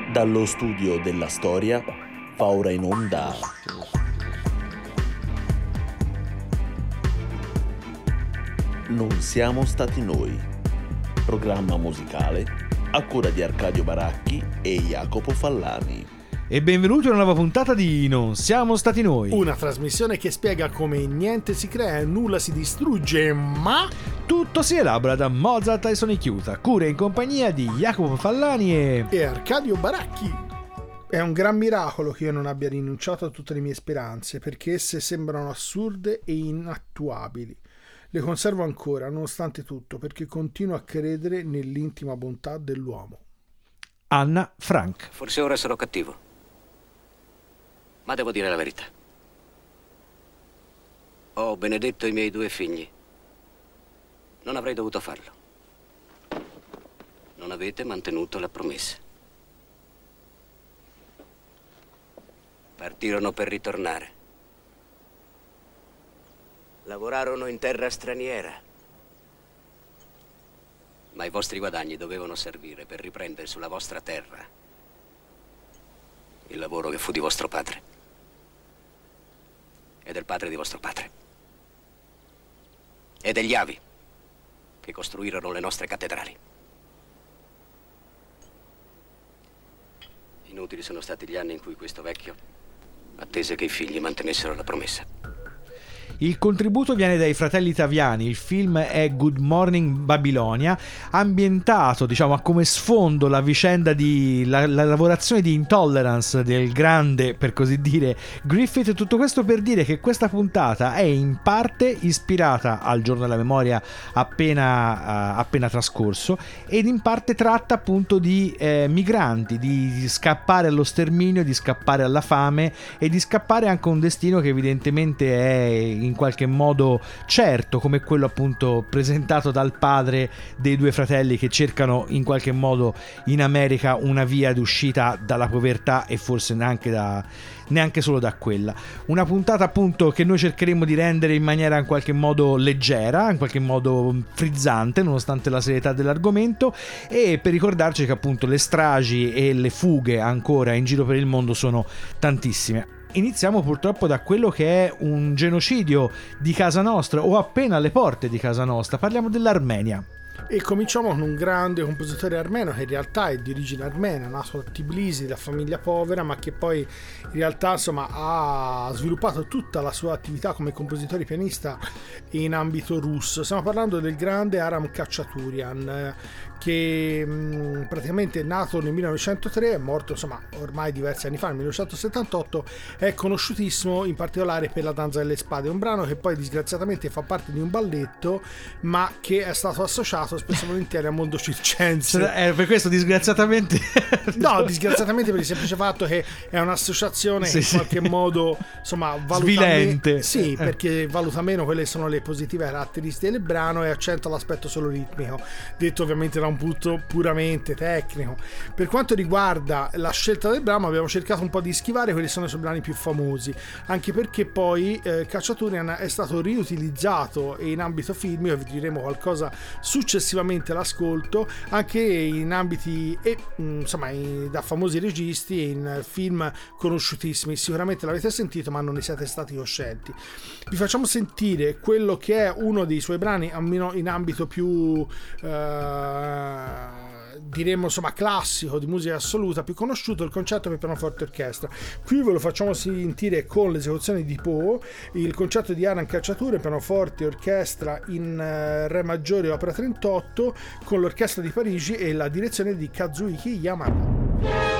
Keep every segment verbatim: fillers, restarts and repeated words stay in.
Dallo studio della storia fa ora in onda Non siamo stati noi, programma musicale a cura di Arcadio Baracchi e Jacopo Fallani. E benvenuti a una nuova puntata di Non siamo stati noi, una trasmissione che spiega come niente si crea e nulla si distrugge, ma tutto si elabora da Mozart e Sonic Youth, cura in compagnia di Jacopo Fallani e... e Arcadio Baracchi. È un gran miracolo che io non abbia rinunciato a tutte le mie speranze, perché esse sembrano assurde e inattuabili. Le conservo ancora, nonostante tutto, perché continuo a credere nell'intima bontà dell'uomo. Anna Frank. Forse ora sarò cattivo, ma devo dire la verità. Ho benedetto i miei due figli. Non avrei dovuto farlo. Non avete mantenuto la promessa. Partirono per ritornare. Lavorarono in terra straniera. Ma i vostri guadagni dovevano servire per riprendere sulla vostra terra il lavoro che fu di vostro padre e del padre di vostro padre e degli avi che costruirono le nostre cattedrali. Inutili sono stati gli anni in cui questo vecchio attese che i figli mantenessero la promessa. Il contributo viene dai fratelli Taviani. Il film è Good Morning Babilonia, ambientato, diciamo, a come sfondo la vicenda di la, la lavorazione di Intolerance del grande, per così dire, Griffith. Tutto questo per dire che questa puntata è in parte ispirata al giorno della memoria appena, uh, appena trascorso, ed in parte tratta appunto di eh, migranti, di, di scappare allo sterminio, di scappare alla fame e di scappare anche a un destino che evidentemente è in qualche modo certo, come quello appunto presentato dal padre dei due fratelli che cercano in qualche modo in America una via d'uscita dalla povertà e forse neanche da neanche solo da quella. Una puntata appunto che noi cercheremo di rendere in maniera in qualche modo leggera, in qualche modo frizzante nonostante la serietà dell'argomento, e per ricordarci che appunto le stragi e le fughe ancora in giro per il mondo sono tantissime. Iniziamo purtroppo da quello che è un genocidio di casa nostra, o appena alle porte di casa nostra. Parliamo dell'Armenia. E cominciamo con un grande compositore armeno che in realtà è di origine armena, nato a Tbilisi da famiglia povera, ma che poi in realtà insomma ha sviluppato tutta la sua attività come compositore pianista in ambito russo. Stiamo parlando del grande Aram Khachaturian, che mh, praticamente è nato nel millenovecentotre, è morto insomma ormai diversi anni fa, nel millenovecentosettantotto. È conosciutissimo in particolare per La danza delle spade, un brano che poi disgraziatamente fa parte di un balletto, ma che è stato associato spesso e volentieri a mondo circense. Cioè, eh, per questo disgraziatamente no, disgraziatamente per il semplice fatto che è un'associazione sì, in sì. qualche modo insomma valuta svilente me- sì, perché valuta meno quelle che sono le positive caratteristiche del brano e accentua l'aspetto solo ritmico, detto ovviamente da un punto puramente tecnico. Per quanto riguarda la scelta del brano, abbiamo cercato un po' di schivare quelli che sono i suoi brani più famosi, anche perché poi eh, Khachaturian è stato riutilizzato in ambito filmico, e vedremo qualcosa successivamente l'ascolto anche in ambiti e, insomma in, da famosi registi in film conosciutissimi. Sicuramente l'avete sentito, ma non ne siete stati coscienti. Vi facciamo sentire quello che è uno dei suoi brani almeno in ambito più eh, diremmo insomma classico, di musica assoluta, più conosciuto, il concerto per pianoforte e orchestra. Qui ve lo facciamo sentire con l'esecuzione di Poe, il concerto di Aram Khachaturian, pianoforte e orchestra in uh, re maggiore opera trentotto, con l'orchestra di Parigi e la direzione di Kazuhiki Yamada.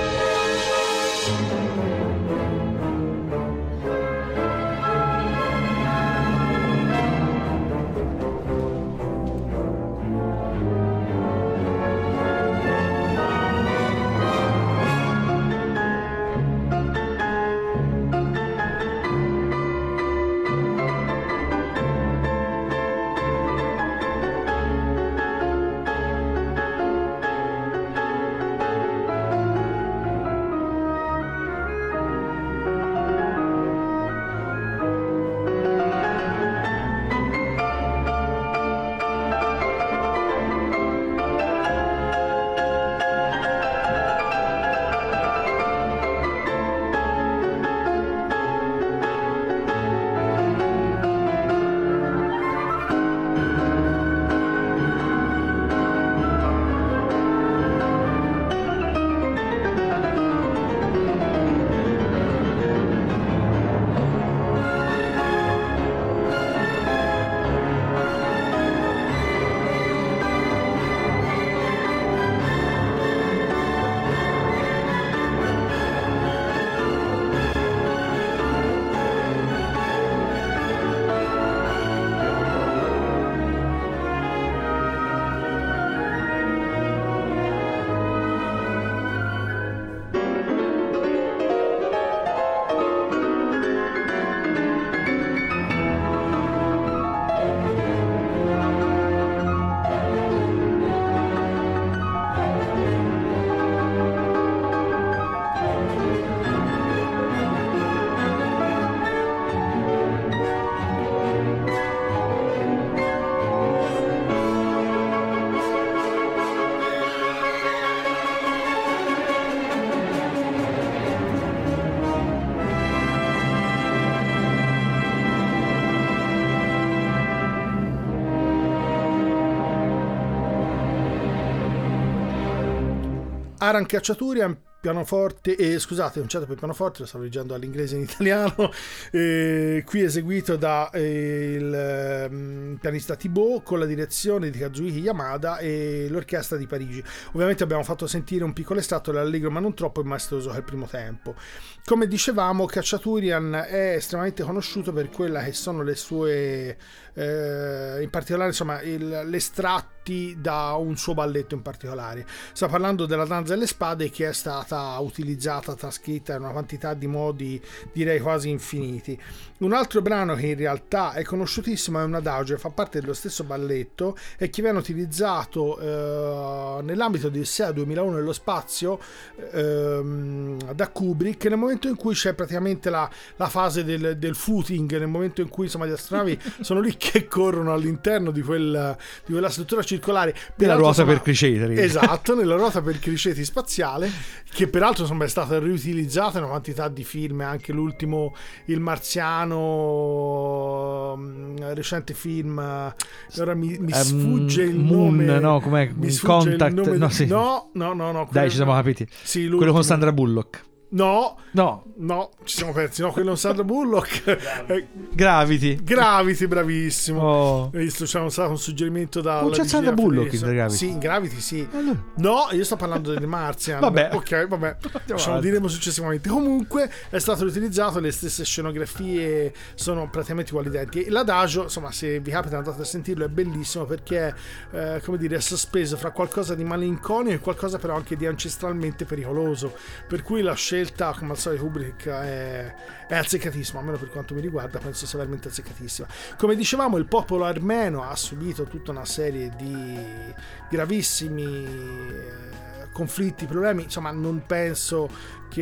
Aran Khachaturian, pianoforte, eh, scusate, concerto per pianoforte, lo stavo leggendo all'inglese in italiano, eh, qui eseguito da eh, il eh, pianista Thibaut con la direzione di Kazuhiki Yamada e l'orchestra di Parigi. Ovviamente abbiamo fatto sentire un piccolo estratto dell'allegro ma non troppo e maestoso che è il primo tempo. Come dicevamo, Khachaturian è estremamente conosciuto per quella che sono le sue eh, in particolare insomma il, l'estratti da un suo balletto in particolare. Sta parlando della danza delle spade, che è stata utilizzata, trascritta in una quantità di modi direi quasi infiniti. Un altro brano che in realtà è conosciutissimo è un adagio, fa parte dello stesso balletto e che viene utilizzato eh, nell'ambito di Odissea duemilauno nello spazio eh, da Kubrick, nel momento in cui c'è praticamente la, la fase del, del footing, nel momento in cui insomma gli astronavi sono lì che corrono all'interno di, quel, di quella struttura circolare, nella ruota insomma, per criceti. Esatto, nella ruota per criceti spaziale, che peraltro insomma è stata riutilizzata in una quantità di film, anche l'ultimo Il Marziano, recente film, ora mi, mi sfugge um, il Moon, nome, no, com'è? Mi sfugge Contact, il nome no, di, sì. no, no, no, no, dai, ci siamo capiti. Sì, quello con Sandra Bullock. No, no, no, ci siamo persi. No, quello è Sandra Bullock. Gravity. Gravity, bravissimo. Oh. Hai visto, c'è stato un suggerimento da. Non c'è Sandra Bullock in Gravity? Sì, in Gravity, sì. Allora. No, io sto parlando del Martian. Vabbè, ok, vabbè. Ce lo diremo successivamente. Comunque è stato utilizzato, le stesse scenografie sono praticamente uguali identi. L'adagio, insomma, se vi capita andate a sentirlo, è bellissimo perché è, eh, come dire, è sospeso fra qualcosa di malinconico e qualcosa però anche di ancestralmente pericoloso. Per cui la scelta, come al solito, Kubrick è, è azzeccatissima, almeno per quanto mi riguarda penso sia veramente azzeccatissima. Come dicevamo, il popolo armeno ha subito tutta una serie di gravissimi conflitti, problemi, insomma non penso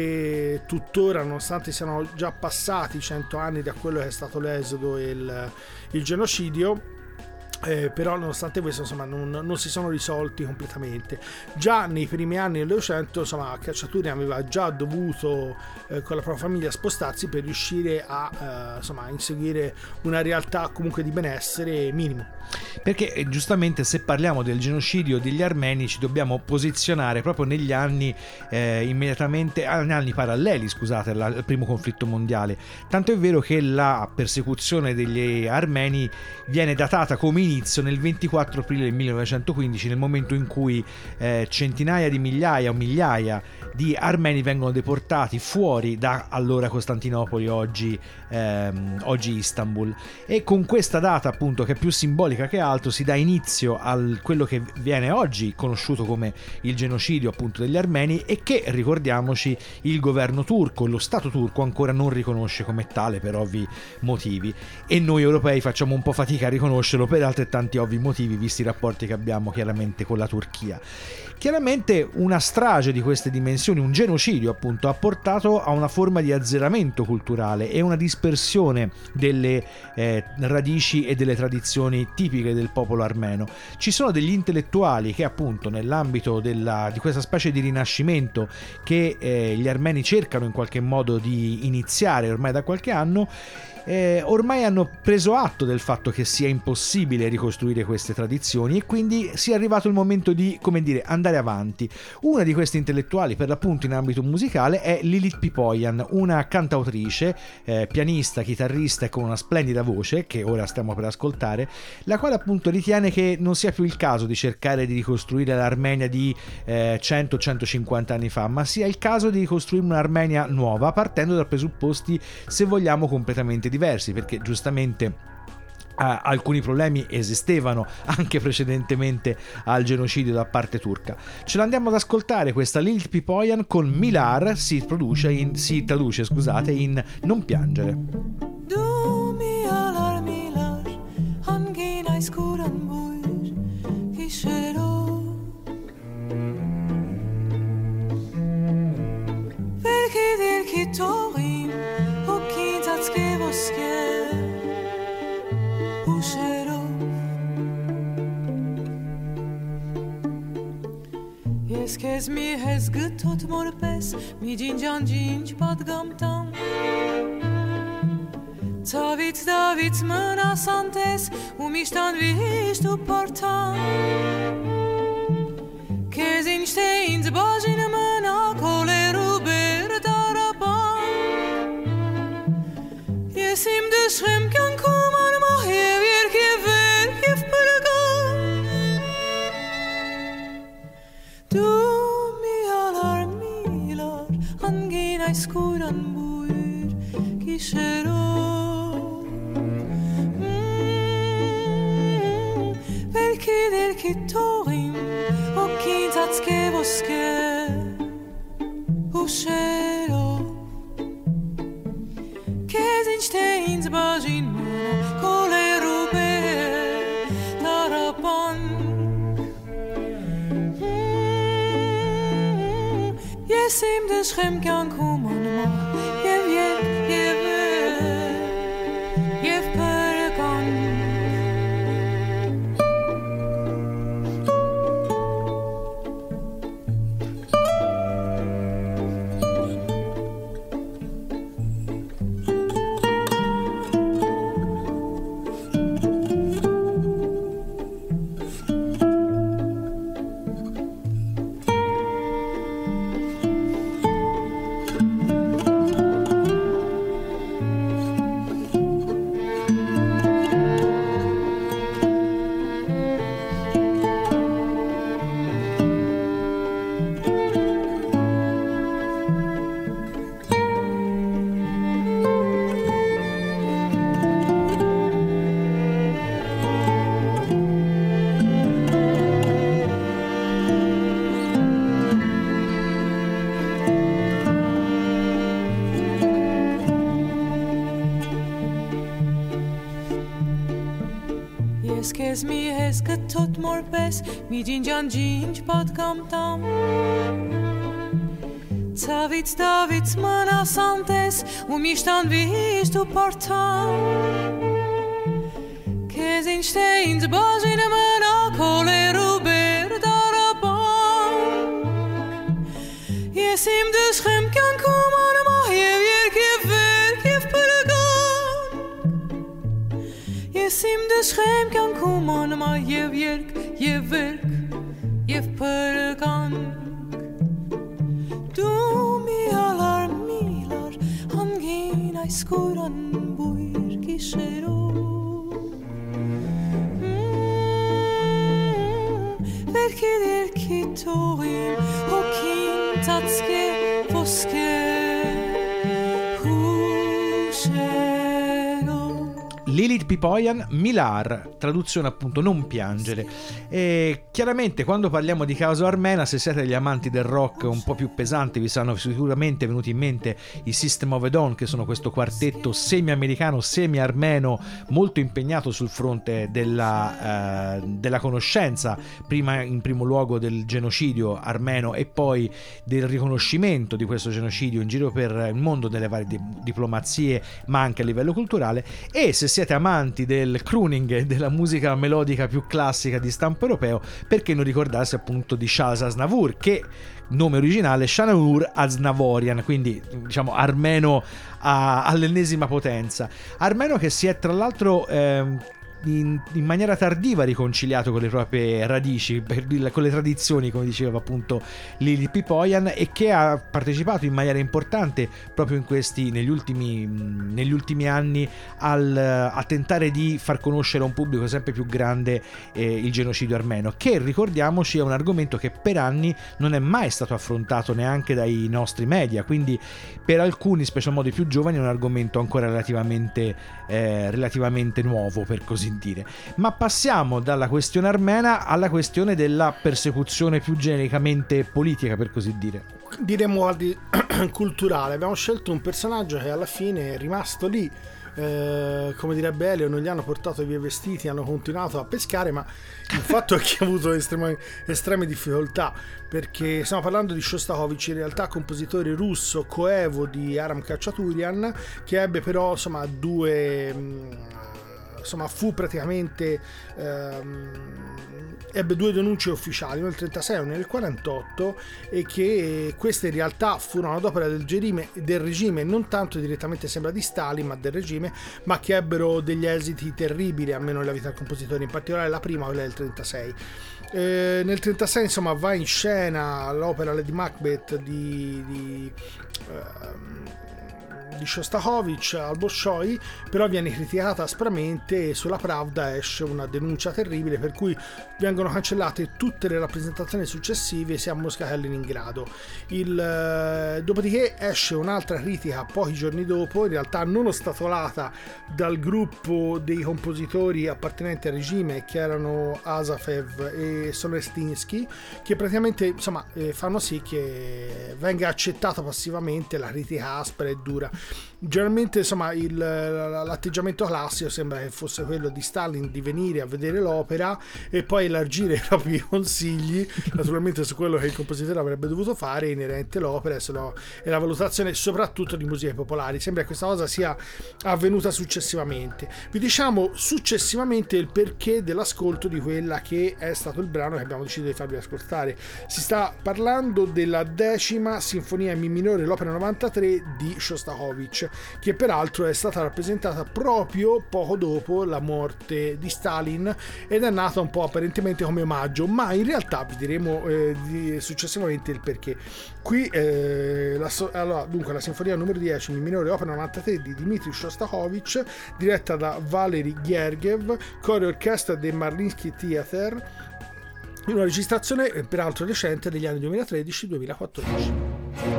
che tuttora, nonostante siano già passati cento anni da quello che è stato l'esodo e il, il genocidio, Eh, però nonostante questo insomma non, non si sono risolti completamente. Già nei primi anni del Novecento insomma Khachaturian aveva già dovuto eh, con la propria famiglia spostarsi per riuscire a eh, insomma inseguire una realtà comunque di benessere minimo. Perché eh, giustamente se parliamo del genocidio degli armeni ci dobbiamo posizionare proprio negli anni eh, immediatamente agli anni paralleli, scusate, al, al primo conflitto mondiale. Tanto è vero che la persecuzione degli armeni viene datata come inizio nel ventiquattro aprile del millenovecentoquindici, nel momento in cui eh, centinaia di migliaia o migliaia di armeni vengono deportati fuori da allora Costantinopoli, oggi, ehm, oggi Istanbul, e con questa data appunto, che è più simbolica che altro, si dà inizio a quello che viene oggi conosciuto come il genocidio appunto degli armeni, e che, ricordiamoci, il governo turco, lo Stato turco ancora non riconosce come tale per ovvi motivi, e noi europei facciamo un po' fatica a riconoscerlo per altrettanti ovvi motivi, visti i rapporti che abbiamo chiaramente con la Turchia. Chiaramente una strage di queste dimensioni, un genocidio appunto, ha portato a una forma di azzeramento culturale e una dispersione delle eh, radici e delle tradizioni tipiche del popolo armeno. Ci sono degli intellettuali che appunto nell'ambito della, di questa specie di rinascimento che eh, gli armeni cercano in qualche modo di iniziare ormai da qualche anno, Eh, ormai hanno preso atto del fatto che sia impossibile ricostruire queste tradizioni, e quindi sia arrivato il momento di, come dire, andare avanti. Una di queste intellettuali, per l'appunto in ambito musicale, è Lilith Pipoian, una cantautrice, eh, pianista, chitarrista e con una splendida voce che ora stiamo per ascoltare, la quale appunto ritiene che non sia più il caso di cercare di ricostruire l'Armenia di eh, cento centocinquanta anni fa, ma sia il caso di ricostruire un'Armenia nuova, partendo da presupposti, se vogliamo, completamente diversi, perché giustamente Uh, alcuni problemi esistevano anche precedentemente al genocidio da parte turca. Ce l'andiamo ad ascoltare questa Lilith Pipoian con Milar, si produce in, si traduce scusate in Non piangere. Du mialar milar, hanginai skuran buir, kishero. Velki dirki torim, hokintatske vosker. Ես քեզ մի հեզ գտոտ մորպես մի ջինջանջինջ պատգամտամ Ցավից դավից մնաս անտես ու միշտ անվիշտ ու պորթամ Քե che zinstein zbozin mena kole ruber daraban Yesim de schrem kan kuman ma hever kever kef purgan Du mi alar milar angina skuran buir kishero Velki delki torim o kintatske voske ushero Kezinstein zbazin mana kole ruber daraban Yesim de schrem kan kuman ma yev yev yev yev pergan Eskes mi hesket tot morpes mi ginjan ginj pat kam tam Zavits davits mana santes u mi stan vist u partam Kezin steins bazin mana kole ruber daraban Yesim de schrem kan kuman ma hev yer kever kef purgan Yesim de schrem kan kuman ma yev yerk yev verk yev purgan Du mi alar milar angina skuran buir kishero Velki delki torim o kintatske voske ushero Lilith Pipoian, Milar, traduzione appunto non piangere. E chiaramente quando parliamo di causa armena, se siete degli amanti del rock un po' più pesante, vi saranno sicuramente venuti in mente i System of a Down, che sono questo quartetto semi-americano, semi-armeno, molto impegnato sul fronte della, eh, della conoscenza, prima in primo luogo del genocidio armeno e poi del riconoscimento di questo genocidio in giro per il mondo, delle varie di- diplomazie, ma anche a livello culturale. E se siete amanti del crooning e della musica melodica più classica di stampo europeo, perché non ricordarsi appunto di Charles Aznavour, che nome originale Shanaur Aznavorian, quindi diciamo armeno a, all'ennesima potenza, armeno che si è tra l'altro ehm, In, in maniera tardiva riconciliato con le proprie radici, per, con le tradizioni, come diceva appunto Lilith Pipoian, e che ha partecipato in maniera importante proprio in questi negli ultimi, negli ultimi anni al, a tentare di far conoscere a un pubblico sempre più grande eh, il genocidio armeno, che ricordiamoci è un argomento che per anni non è mai stato affrontato neanche dai nostri media, quindi per alcuni, specie modi più giovani, è un argomento ancora relativamente, eh, relativamente nuovo, per così dire. Ma passiamo dalla questione armena alla questione della persecuzione più genericamente politica, per così dire. Diremmo culturale. Abbiamo scelto un personaggio che alla fine è rimasto lì, eh, come direbbe Elio, non gli hanno portato via i vestiti, hanno continuato a pescare, ma il fatto è che ha avuto estreme, estreme difficoltà, perché stiamo parlando di Shostakovich, in realtà compositore russo coevo di Aram Khachaturian, che ebbe però insomma due mh, insomma fu praticamente ehm, ebbe due denunce ufficiali, nel trentasei e nel quarantotto, e che queste in realtà furono ad opera del regime, del regime non tanto direttamente sembra di Stalin ma del regime, ma che ebbero degli esiti terribili, almeno nella vita del compositore, in particolare la prima, quella del trentasei. Eh, nel trentasei insomma va in scena l'opera Lady Macbeth di, di ehm, di Shostakovich al Bolshoi, però viene criticata aspramente e sulla Pravda esce una denuncia terribile per cui vengono cancellate tutte le rappresentazioni successive sia a Mosca che a Leningrado. Il, dopodiché esce un'altra critica pochi giorni dopo, in realtà non ostacolata dal gruppo dei compositori appartenenti al regime, che erano Asafev e Solestinsky, che praticamente insomma eh, fanno sì che venga accettata passivamente la critica aspra e dura. Generalmente insomma il, l'atteggiamento classico sembra che fosse quello di Stalin di venire a vedere l'opera e poi elargire i propri consigli naturalmente su quello che il compositore avrebbe dovuto fare inerente all'opera e, no, e la valutazione soprattutto di musiche popolari. Sembra che questa cosa sia avvenuta successivamente. Vi diciamo successivamente il perché dell'ascolto di quella che è stato il brano che abbiamo deciso di farvi ascoltare. Si sta parlando della decima sinfonia in mi minore, l'opera novantatré di Shostakovich, che peraltro è stata rappresentata proprio poco dopo la morte di Stalin ed è nata un po' apparentemente come omaggio, ma in realtà vi diremo eh, di, successivamente il perché. Qui eh, la, allora, dunque la sinfonia numero dieci mi minore opera novantatré di Dmitri Shostakovich, diretta da Valery Gergiev, coro e orchestra del Mariinsky Theater, in una registrazione eh, peraltro recente degli anni duemilatredici duemilaquattordici.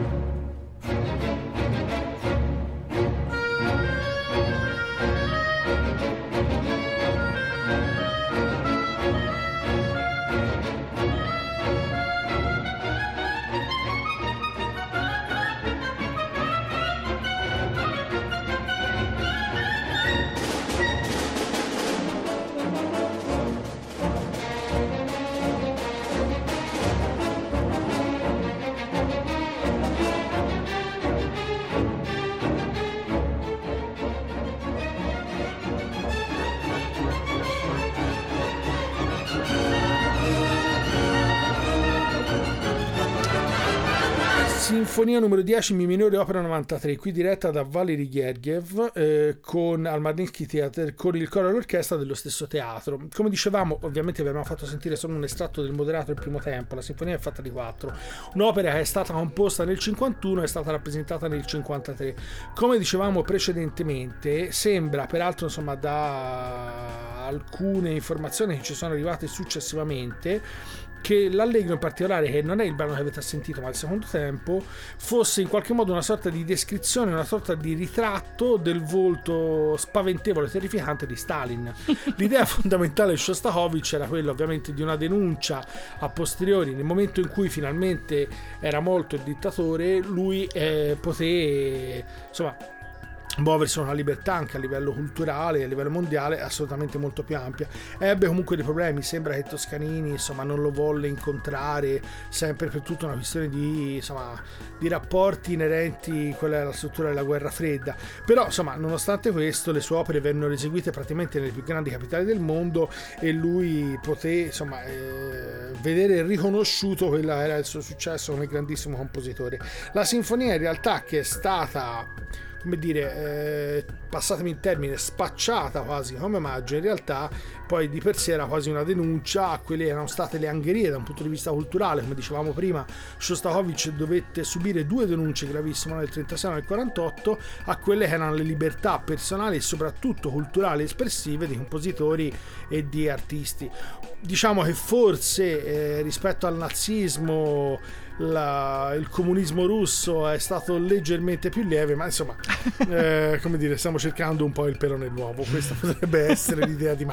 Sinfonia numero dieci mi minore opera novantatré, qui diretta da Valery Gergiev eh, con al Mariinsky Theater, con il coro e l'orchestra dello stesso teatro. Come dicevamo, ovviamente vi abbiamo fatto sentire solo un estratto del moderato il primo tempo. La sinfonia è fatta di quattro, un'opera che è stata composta nel cinquantuno e è stata rappresentata nel cinquantatré. Come dicevamo precedentemente, sembra peraltro insomma da alcune informazioni che ci sono arrivate successivamente che l'Allegro in particolare, che non è il brano che avete sentito ma il secondo tempo, fosse in qualche modo una sorta di descrizione, una sorta di ritratto del volto spaventevole e terrificante di Stalin. L'idea fondamentale di Shostakovich era quella ovviamente di una denuncia a posteriori, nel momento in cui finalmente era morto il dittatore, lui eh, poté insomma muoversi una libertà anche a livello culturale, a livello mondiale assolutamente molto più ampia. Ebbe comunque dei problemi, sembra che Toscanini insomma non lo volle incontrare, sempre per tutta una questione di insomma di rapporti inerenti a quella alla struttura della guerra fredda. Però insomma nonostante questo le sue opere vennero eseguite praticamente nelle più grandi capitali del mondo e lui poté insomma eh, vedere riconosciuto quello era il suo successo come grandissimo compositore. La sinfonia in realtà, che è stata, come dire, eh, passatemi il termine, spacciata quasi come omaggio, in realtà poi di per sé era quasi una denuncia a quelle che erano state le angherie da un punto di vista culturale. Come dicevamo prima, Shostakovich dovette subire due denunce gravissime nel trentasei e nel quarantotto a quelle che erano le libertà personali e soprattutto culturali espressive di compositori e di artisti. Diciamo che forse eh, rispetto al nazismo La, il comunismo russo è stato leggermente più lieve, ma insomma eh, come dire, stiamo cercando un po' il pelo nell'uovo. Questa potrebbe essere l'idea di massima.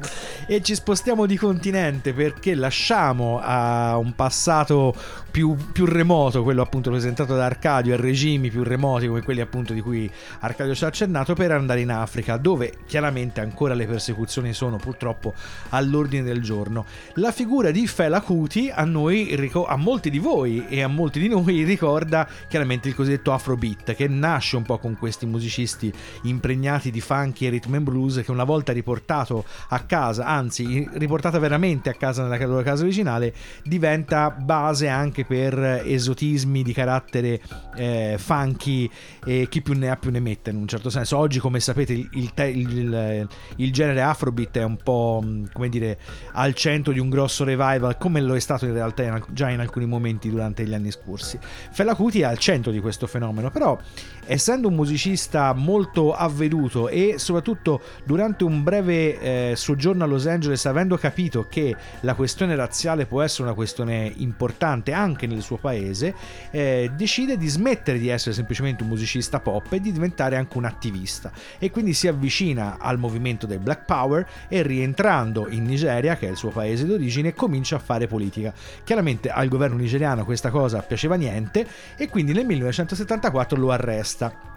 E ci spostiamo di continente perché lasciamo a un passato più, più remoto, quello appunto presentato da Arcadio, a regimi più remoti come quelli appunto di cui Arcadio ci ha accennato, per andare in Africa, dove chiaramente ancora le persecuzioni sono purtroppo all'ordine del giorno. La figura di Fela Kuti a noi, a molti di voi e a molti di noi, ricorda chiaramente il cosiddetto Afrobeat, che nasce un po' con questi musicisti impregnati di funky e rhythm and blues, che una volta riportato a casa, anzi riportata veramente a casa nella loro casa originale, diventa base anche per esotismi di carattere eh, funky, e chi più ne ha più ne mette, in un certo senso. Oggi, come sapete, il, il, il, il genere Afrobeat è un po', come dire, al centro di un grosso revival, come lo è stato in realtà in, già in alcuni momenti durante gli anni scorsi. Fela Kuti è al centro di questo fenomeno, però essendo un musicista molto avveduto e soprattutto durante un breve eh, soggiorno a Los Angeles, avendo capito che la questione razziale può essere una questione importante anche nel suo paese, eh, decide di smettere di essere semplicemente un musicista pop e di diventare anche un attivista, e quindi si avvicina al movimento del Black Power e, rientrando in Nigeria, che è il suo paese d'origine, comincia a fare politica. Chiaramente al governo nigeriano questa cosa piaceva niente e quindi nel millenovecentosettantaquattro lo arresta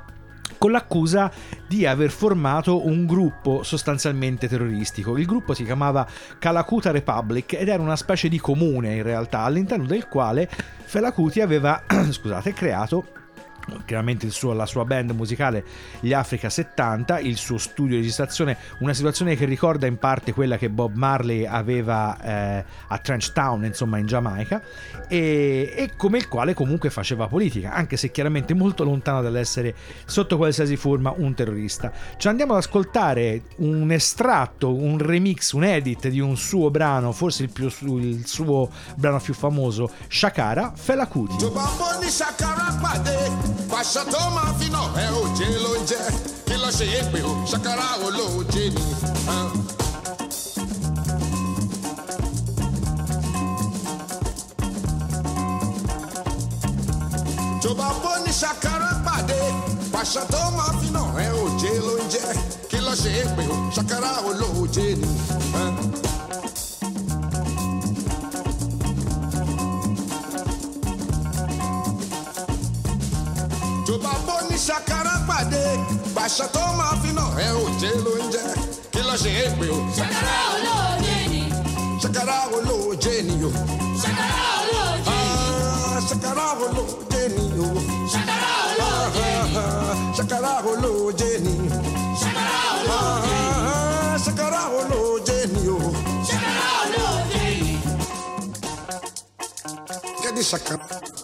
con l'accusa di aver formato un gruppo sostanzialmente terroristico. Il gruppo si chiamava Kalakuta Republic ed era una specie di comune, in realtà, all'interno del quale Fela Kuti aveva scusate, creato chiaramente il suo, la sua band musicale, gli Africa settanta, il suo studio di registrazione, una situazione che ricorda in parte quella che Bob Marley aveva eh, a Trench Town, insomma in Giamaica, e, e come il quale comunque faceva politica, anche se chiaramente molto lontano dall'essere sotto qualsiasi forma un terrorista. Ci andiamo ad ascoltare un estratto, un remix, un edit di un suo brano, forse il, più, il suo brano più famoso, Shakara, Fela Kuti. Pàṣẹ tó máa fi náà ẹ ò jẹ ló ń jẹ kí ló ṣe é pé o ṣàkàrà wo ló ń jẹ ni. tó bá bó ní ṣàkàrà pàdé pàṣẹ tó máa fi náà ẹ ò jẹ ló ń jẹ kí ló ṣe é pé o ṣàkàrà wo ló ń jẹ ni. tó bá bó ní ṣàkàrà pàdé pàṣẹ tó máa fi náà ẹ ò jẹ ló ń jẹ kí ló ṣe é pé o. ṣàkàrà olóòjé ni. ṣàkàrà olóòjé ni o. ṣàkàrà olóòjé ni. ṣàkàrà olóòjé ni o. ṣàkàrà olóòjé ni. ṣàkàrà olóòjé ni. ṣàkàrà olóòjé ni. ṣàkàrà olóòjé ni o. ṣàkàrà olóòjé ni. Get ṣàkàrà.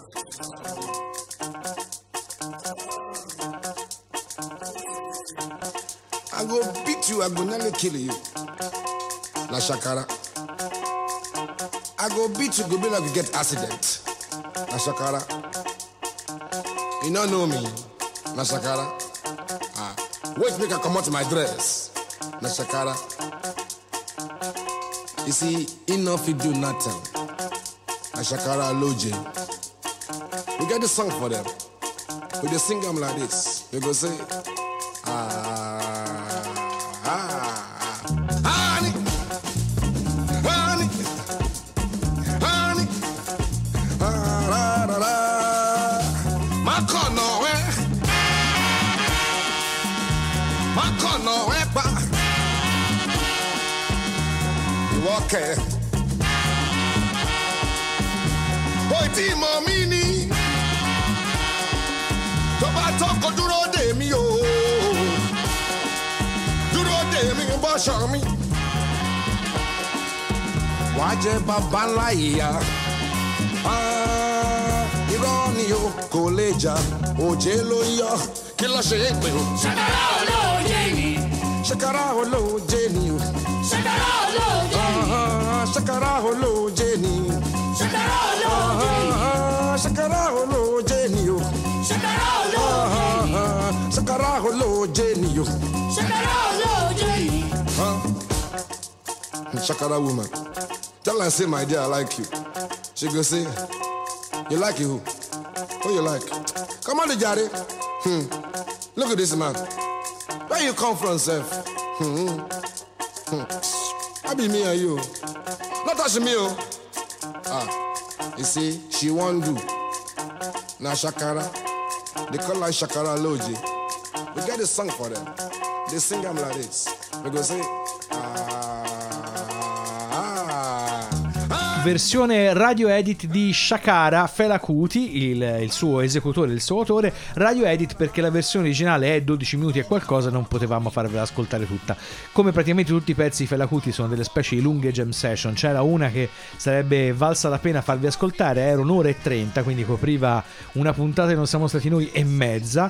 I go beat you, I go nearly kill you. Na Shakara. I go beat you, go be like you get accident. Na Shakara. You don't know me. Na Shakara. Ah, wait make I come out my dress. Na Shakara. You see, enough you do nothing. Na Shakara Loje. We get the song for them. We just sing them like this. You go say, ah. Honey, honey, honey, ah, la, la, la. My corner, eh? My corner, eh? Ba. You walk, eh? Boy, Timo Mini, Tobato Koduro de Mio. Show me. Wájẹ́ bàbá ńlá ìyá, irọ́ ni o kò lè jà, òjé ló yọ, kí ló ṣe é pé o. Ṣàkàrà olóòjé ni. Ṣàkàrà olóòjé ni o. Ṣàkàrà olóòjé ni. Ṣàkàrà olóòjé ni. Ṣàkàrà olóòjé ni. Ṣàkàrà olóòjé ni o. Ṣàkàrà olóòjé ni. Ṣàkàrà olóòjé ni o. Ṣàkàrà olóòjé ni. Huh? Shakara woman. Tell her, say, my dear, I like you. She go say, you like you who? Who you like? Come on, Jari. Hmm. Look at this man. Where you come from, Seth? Hmm. Hmm. Not be me and you. Not touch me, oh. Ah, you see, she won't do. Now Shakara, they call her Shakara Loji. We get a song for them. They sing them like this. We go say, versione radio edit di Shakara, Fela Kuti, il, il suo esecutore, il suo autore, radio edit perché la versione originale è dodici minuti e qualcosa, non potevamo farvela ascoltare tutta. Come praticamente tutti i pezzi di Fela Kuti sono delle specie di lunghe jam session, c'era una che sarebbe valsa la pena farvi ascoltare, era un'ora e trenta, quindi copriva una puntata di Non siamo stati noi e mezza,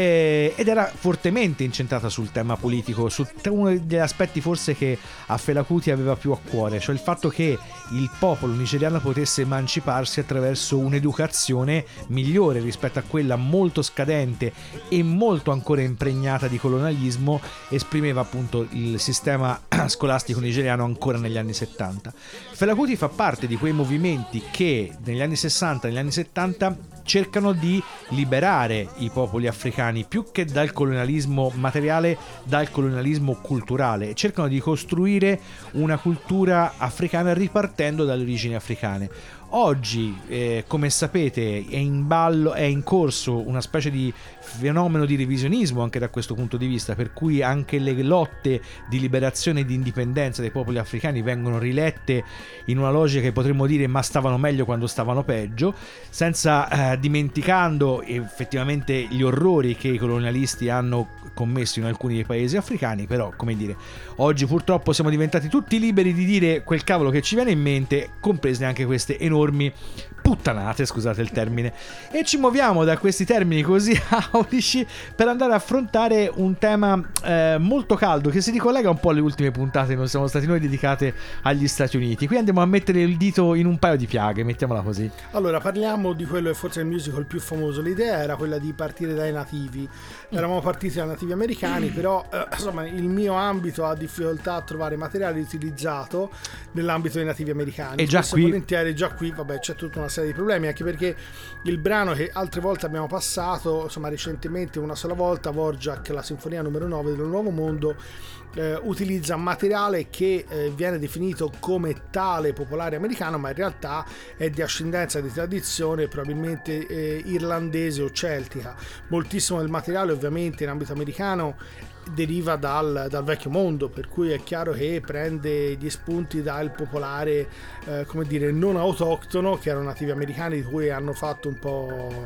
e, ed era fortemente incentrata sul tema politico, su uno degli aspetti forse che a Fela Kuti aveva più a cuore, cioè il fatto che il popolo nigeriano potesse emanciparsi attraverso un'educazione migliore rispetto a quella molto scadente e molto ancora impregnata di colonialismo esprimeva appunto il sistema scolastico nigeriano ancora negli anni settanta. Fela Kuti fa parte di quei movimenti che negli anni sessanta, negli anni settanta cercano di liberare i popoli africani più che dal colonialismo materiale, dal colonialismo culturale, cercano di costruire una cultura africana ripartendo dalle origini africane. Oggi, eh, come sapete, è in ballo, è in corso una specie di fenomeno di revisionismo anche da questo punto di vista, per cui anche le lotte di liberazione e di indipendenza dei popoli africani vengono rilette in una logica che potremmo dire ma stavano meglio quando stavano peggio, senza eh, dimenticando effettivamente gli orrori che i colonialisti hanno commesso in alcuni dei paesi africani. Però, come dire, oggi purtroppo siamo diventati tutti liberi di dire quel cavolo che ci viene in mente, comprese anche queste enormi puttanate, scusate il termine, e ci muoviamo da questi termini così aulici per andare a affrontare un tema eh, molto caldo che si ricollega un po' alle ultime puntate Non siamo stati noi dedicate agli Stati Uniti. Qui andiamo a mettere il dito in un paio di piaghe, mettiamola così. Allora, parliamo di quello che forse è il musical più famoso. L'idea era quella di partire dai nativi, eravamo partiti dai nativi americani, però eh, insomma il mio ambito ha difficoltà a trovare materiale utilizzato nell'ambito dei nativi americani, e già qui volentieri già qui vabbè c'è tutta una serie di problemi, anche perché il brano che altre volte abbiamo passato, insomma recentemente una sola volta, Vorjak, la sinfonia numero nove del Nuovo Mondo, eh, utilizza materiale che eh, viene definito come tale popolare americano, ma in realtà è di ascendenza, di tradizione probabilmente eh, irlandese o celtica. Moltissimo del materiale ovviamente in ambito americano deriva dal, dal vecchio mondo, per cui è chiaro che prende gli spunti dal popolare eh, come dire non autoctono, che erano nativi americani, di cui hanno fatto un po'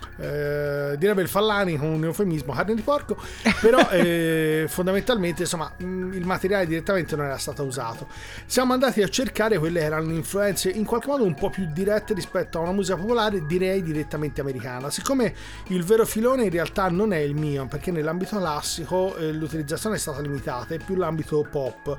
eh, direbbe il Fallani con un eufemismo, carne di porco, però eh, fondamentalmente insomma mh, il materiale direttamente non era stato usato. Siamo andati a cercare quelle che erano influenze in qualche modo un po' più dirette rispetto a una musica popolare, direi direttamente americana. Siccome il vero filone in realtà non è il mio, perché nell'ambito classico eh, l'utilizzazione è stata limitata, è più l'ambito pop.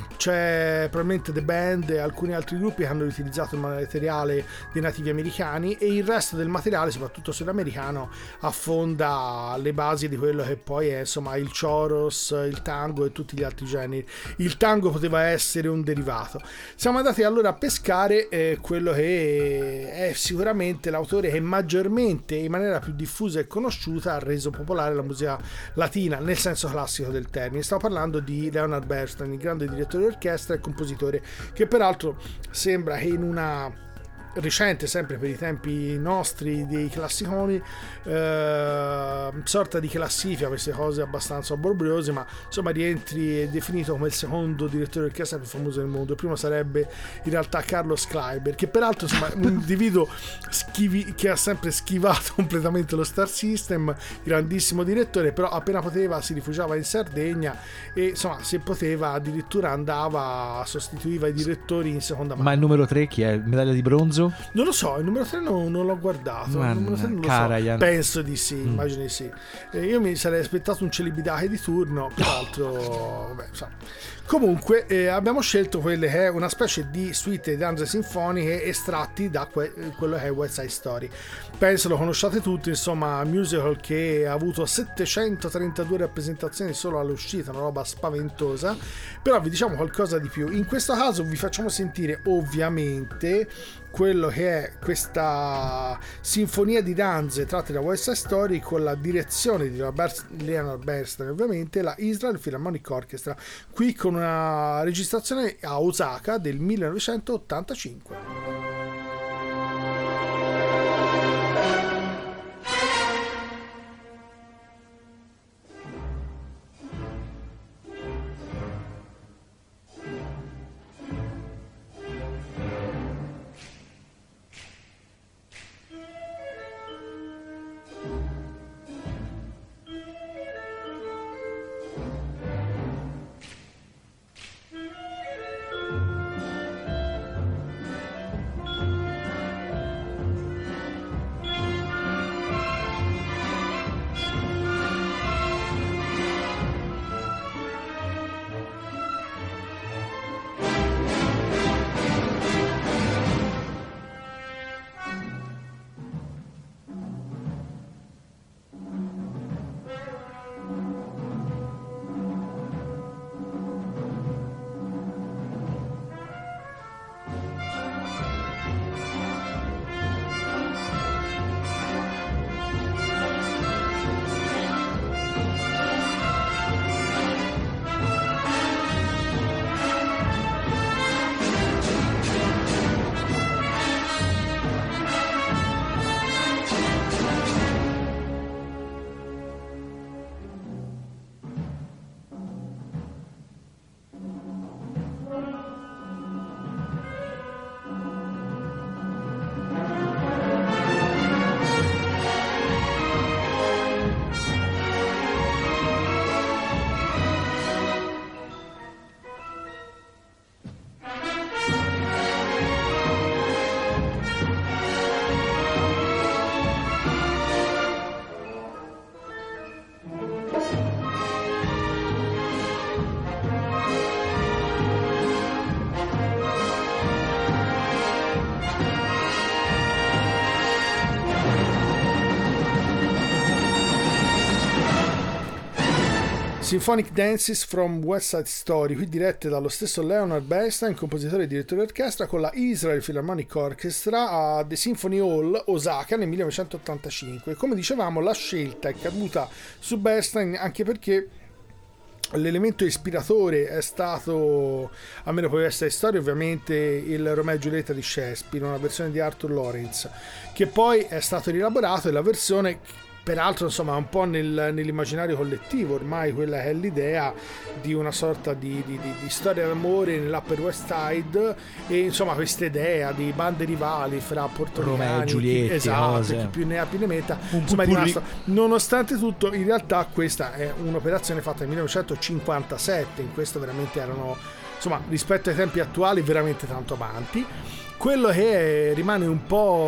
C'è probabilmente The Band e alcuni altri gruppi che hanno utilizzato il materiale dei nativi americani, e il resto del materiale, soprattutto sudamericano, affonda le basi di quello che poi è insomma il choros, il tango e tutti gli altri generi. Il tango poteva essere un derivato. Siamo andati allora a pescare eh, quello che è sicuramente l'autore che maggiormente, in maniera più diffusa e conosciuta, ha reso popolare la musica latina nel senso classico del termine. Stavo parlando di Leonard Bernstein, il grande direttore d'orchestra e compositore, che peraltro sembra che in una recente, sempre per i tempi nostri, dei classiconi, eh, sorta di classifica, queste cose abbastanza obbrobriose, ma insomma rientri, è definito come il secondo direttore d'orchestra più famoso del mondo. Il primo sarebbe in realtà Carlos Kleiber, che peraltro insomma un individuo schivi, che ha sempre schivato completamente lo Star System, grandissimo direttore, però appena poteva si rifugiava in Sardegna e insomma se poteva addirittura andava, sostituiva i direttori in seconda mano. Ma il numero tre chi è? Medaglia di bronzo? Non lo so, il numero tre non, non l'ho guardato. Man, il numero tre non lo Karajan. so. Penso di sì, mm. immagino di sì. Eh, io mi sarei aspettato un celibidache di turno, peraltro, vabbè, so. Comunque eh, abbiamo scelto quelle che è una specie di suite di danze sinfoniche estratti da que- quello che è West Side Story. Penso lo conosciate tutti, insomma, musical che ha avuto settecentotrentadue rappresentazioni solo all'uscita, una roba spaventosa. Però vi diciamo qualcosa di più. In questo caso vi facciamo sentire ovviamente quello che è questa sinfonia di danze tratte da West Side Story, con la direzione di Leonard Bernstein, ovviamente la Israel Philharmonic Orchestra, qui con una registrazione a Osaka del millenovecentottantacinque. Symphonic Dances from West Side Story, qui dirette dallo stesso Leonard Bernstein, compositore e direttore d'orchestra, con la Israel Philharmonic Orchestra a The Symphony Hall Osaka nel millenovecentottantacinque. Come dicevamo, la scelta è caduta su Bernstein anche perché l'elemento ispiratore è stato, almeno per West Side Story, ovviamente il Romeo e Giulietta di Shakespeare, una versione di Arthur Lawrence, che poi è stato rielaborato, e la versione peraltro insomma un po' nel, nell'immaginario collettivo ormai quella è l'idea di una sorta di, di, di, di storia d'amore nell'Upper West Side, e insomma questa idea di bande rivali fra portoricani, Romeo e Giulietta, esatto, cose. chi più ne ha più ne metta, Un insomma è purri- rimasto. Nonostante tutto, in realtà questa è un'operazione fatta nel millenovecentocinquantasette, in questo veramente erano, insomma, rispetto ai tempi attuali veramente tanto avanti. Quello che rimane un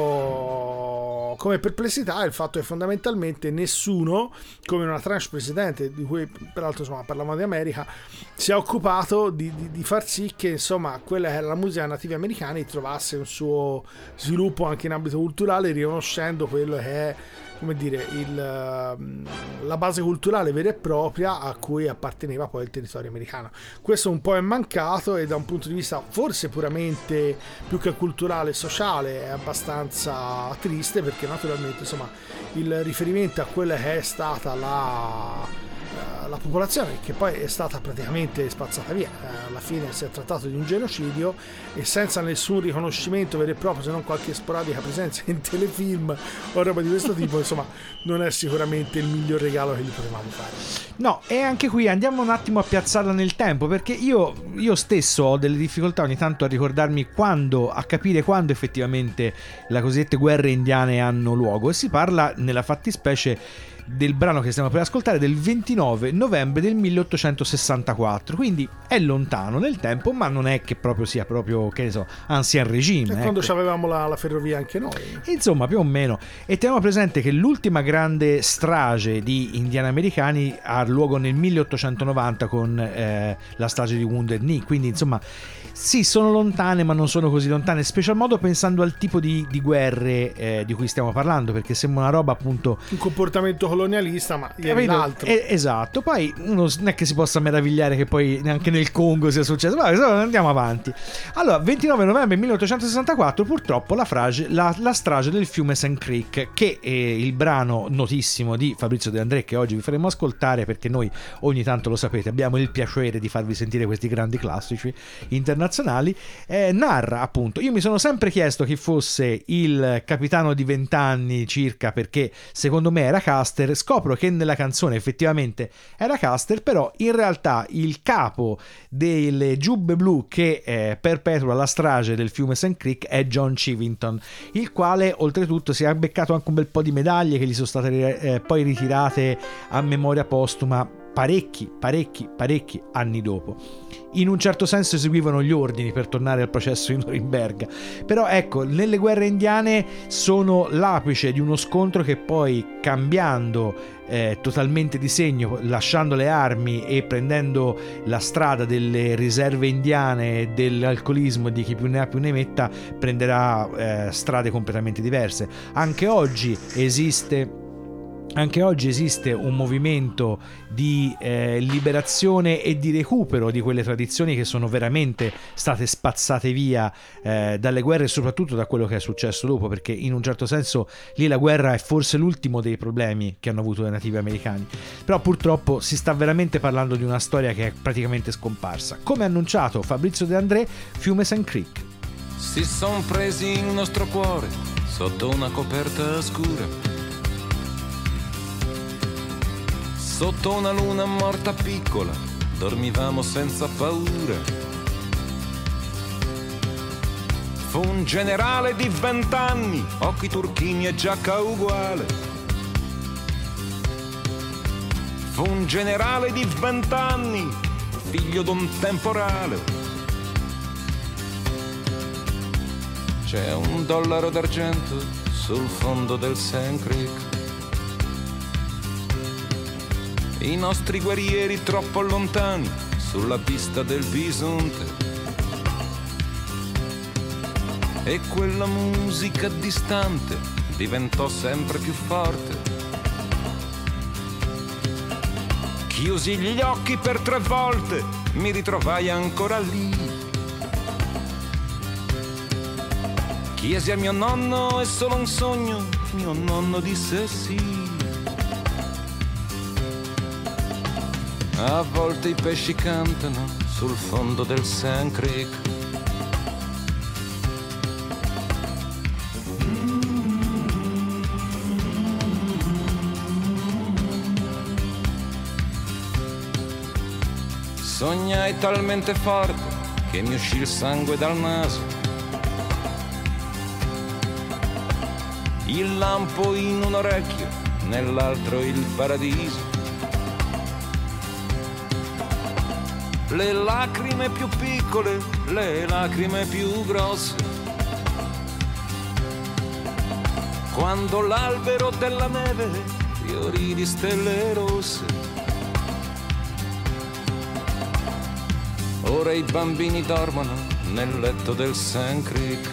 po' come perplessità è il fatto che fondamentalmente nessuno, come una tranche precedente di cui peraltro insomma parlavamo di America, si è occupato di, di, di far sì che insomma quella che era la musica nativi americani trovasse un suo sviluppo anche in ambito culturale, riconoscendo quello che è, come dire, il, la base culturale vera e propria a cui apparteneva poi il territorio americano. Questo un po' è mancato, e da un punto di vista forse puramente più che culturale e sociale è abbastanza triste, perché naturalmente insomma il riferimento a quella che è stata la la popolazione, che poi è stata praticamente spazzata via, alla fine si è trattato di un genocidio, e senza nessun riconoscimento vero e proprio, se non qualche sporadica presenza in telefilm o roba di questo tipo, insomma non è sicuramente il miglior regalo che gli potevamo fare. No, e anche qui andiamo un attimo a piazzarla nel tempo, perché io, io stesso ho delle difficoltà ogni tanto a ricordarmi quando, a capire quando effettivamente le cosiddette guerre indiane hanno luogo, e si parla nella fattispecie del brano che stiamo per ascoltare del ventinove novembre del milleottocentosessantaquattro, quindi è lontano nel tempo, ma non è che proprio sia proprio, che ne so, ancien regime, E ecco. quando avevamo la, la ferrovia anche noi. Insomma, più o meno. E teniamo presente che l'ultima grande strage di indiani americani ha luogo nel milleottocentonovanta con eh, la strage di Wounded Knee, quindi insomma Sì, sono lontane, ma non sono così lontane, special modo pensando al tipo di, di guerre eh, di cui stiamo parlando, perché sembra una roba appunto un comportamento colonialista, ma è capito? l'altro. Eh, esatto, poi uno non è che si possa meravigliare che poi neanche nel Congo sia successo. Ma andiamo avanti. Allora, ventinove novembre milleottocentosessantaquattro, purtroppo la, frage, la, la strage del fiume Sand Creek, che è il brano notissimo di Fabrizio De André che oggi vi faremo ascoltare, perché noi ogni tanto, lo sapete, abbiamo il piacere di farvi sentire questi grandi classici internazionali. Eh, narra appunto, io mi sono sempre chiesto chi fosse il capitano di vent'anni circa, perché secondo me era Custer. Scopro che nella canzone effettivamente era Custer, però in realtà il capo delle giubbe blu che eh, perpetua la strage del fiume Sand Creek è John Chivington, il quale oltretutto si è beccato anche un bel po' di medaglie che gli sono state eh, poi ritirate a memoria postuma parecchi, parecchi, parecchi anni dopo. In un certo senso eseguivano gli ordini per tornare al processo di Norimberga, però ecco, nelle guerre indiane sono l'apice di uno scontro che poi, cambiando eh, totalmente di segno, lasciando le armi e prendendo la strada delle riserve indiane, dell'alcolismo e di chi più ne ha più ne metta, prenderà eh, strade completamente diverse. Anche oggi esiste Anche oggi esiste un movimento di eh, liberazione e di recupero di quelle tradizioni che sono veramente state spazzate via eh, dalle guerre, e soprattutto da quello che è successo dopo, perché in un certo senso lì la guerra è forse l'ultimo dei problemi che hanno avuto i nativi americani. Però purtroppo si sta veramente parlando di una storia che è praticamente scomparsa. Come annunciato Fabrizio De André, fiume Sand Creek. Si son presi il nostro cuore sotto una coperta scura, sotto una luna morta piccola, dormivamo senza paura. Fu un generale di vent'anni, occhi turchini e giacca uguale. Fu un generale di vent'anni, figlio d'un temporale. C'è un dollaro d'argento sul fondo del Sand Creek. I nostri guerrieri troppo lontani sulla pista del bisonte, e quella musica distante diventò sempre più forte. Chiusi gli occhi per tre volte, mi ritrovai ancora lì. Chiesi a mio nonno: è solo un sogno? Mio nonno disse sì. A volte i pesci cantano sul fondo del Sand Creek. Sognai talmente forte che mi uscì il sangue dal naso. Il lampo in un orecchio, nell'altro il paradiso. Le lacrime più piccole, le lacrime più grosse. Quando l'albero della neve fiorì di stelle rosse. Ora i bambini dormono nel letto del Sand Creek.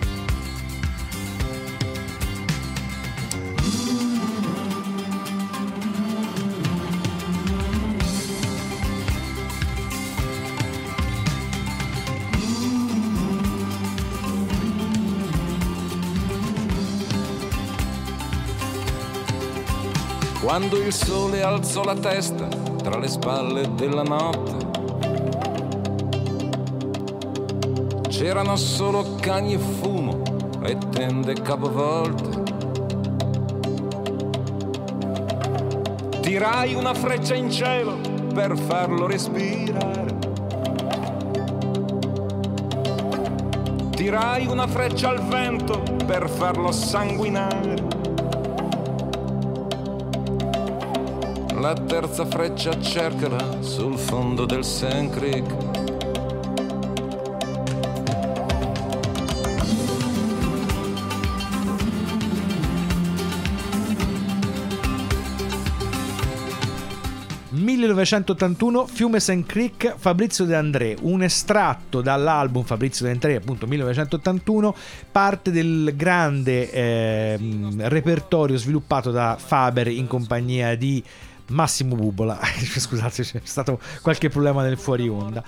Quando il sole alzò la testa tra le spalle della notte, c'erano solo cani e fumo e tende capovolte. Tirai una freccia in cielo per farlo respirare. Tirai una freccia al vento per farlo sanguinare. La terza freccia cercala sul fondo del Sand Creek. millenovecentottantuno, Fiume Saint Creek, Fabrizio De André, un estratto dall'album Fabrizio De André, appunto millenovecentottantuno, parte del grande eh, repertorio sviluppato da Faber in compagnia di Massimo Bubola. Scusate, c'è stato qualche problema nel fuori onda.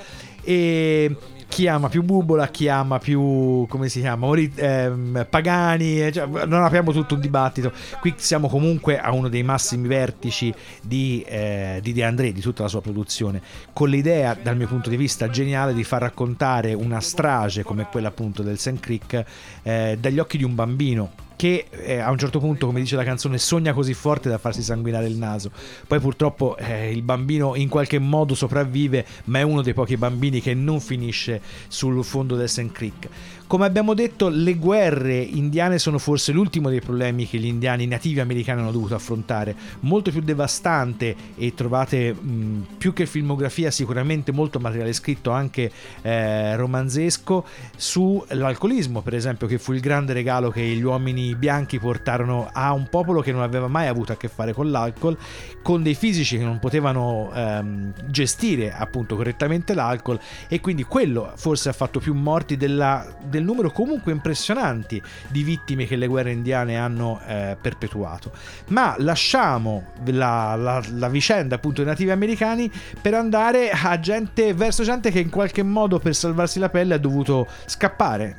E chi ama più Bubola, chi ama più, come si chiama, Ori- ehm, Pagani, cioè, non apriamo tutto un dibattito. Qui siamo comunque a uno dei massimi vertici di, eh, di De André, di tutta la sua produzione, con l'idea, dal mio punto di vista geniale, di far raccontare una strage come quella appunto del Saint Creek eh, dagli occhi di un bambino che eh, a un certo punto, come dice la canzone, sogna così forte da farsi sanguinare il naso. Poi purtroppo eh, il bambino in qualche modo sopravvive, ma è uno dei pochi bambini che non finisce sul fondo del Saint Creek. Come abbiamo detto, le guerre indiane sono forse l'ultimo dei problemi che gli indiani nativi americani hanno dovuto affrontare, molto più devastante, e trovate mh, più che filmografia sicuramente molto materiale scritto anche eh, romanzesco sull'alcolismo, per esempio, che fu il grande regalo che gli uomini bianchi portarono a un popolo che non aveva mai avuto a che fare con l'alcol, con dei fisici che non potevano ehm, gestire appunto correttamente l'alcol, e quindi quello forse ha fatto più morti della del numero comunque impressionanti di vittime che le guerre indiane hanno eh, perpetuato. Ma lasciamo la, la, la vicenda appunto dei nativi americani per andare a gente, verso gente che in qualche modo per salvarsi la pelle ha dovuto scappare.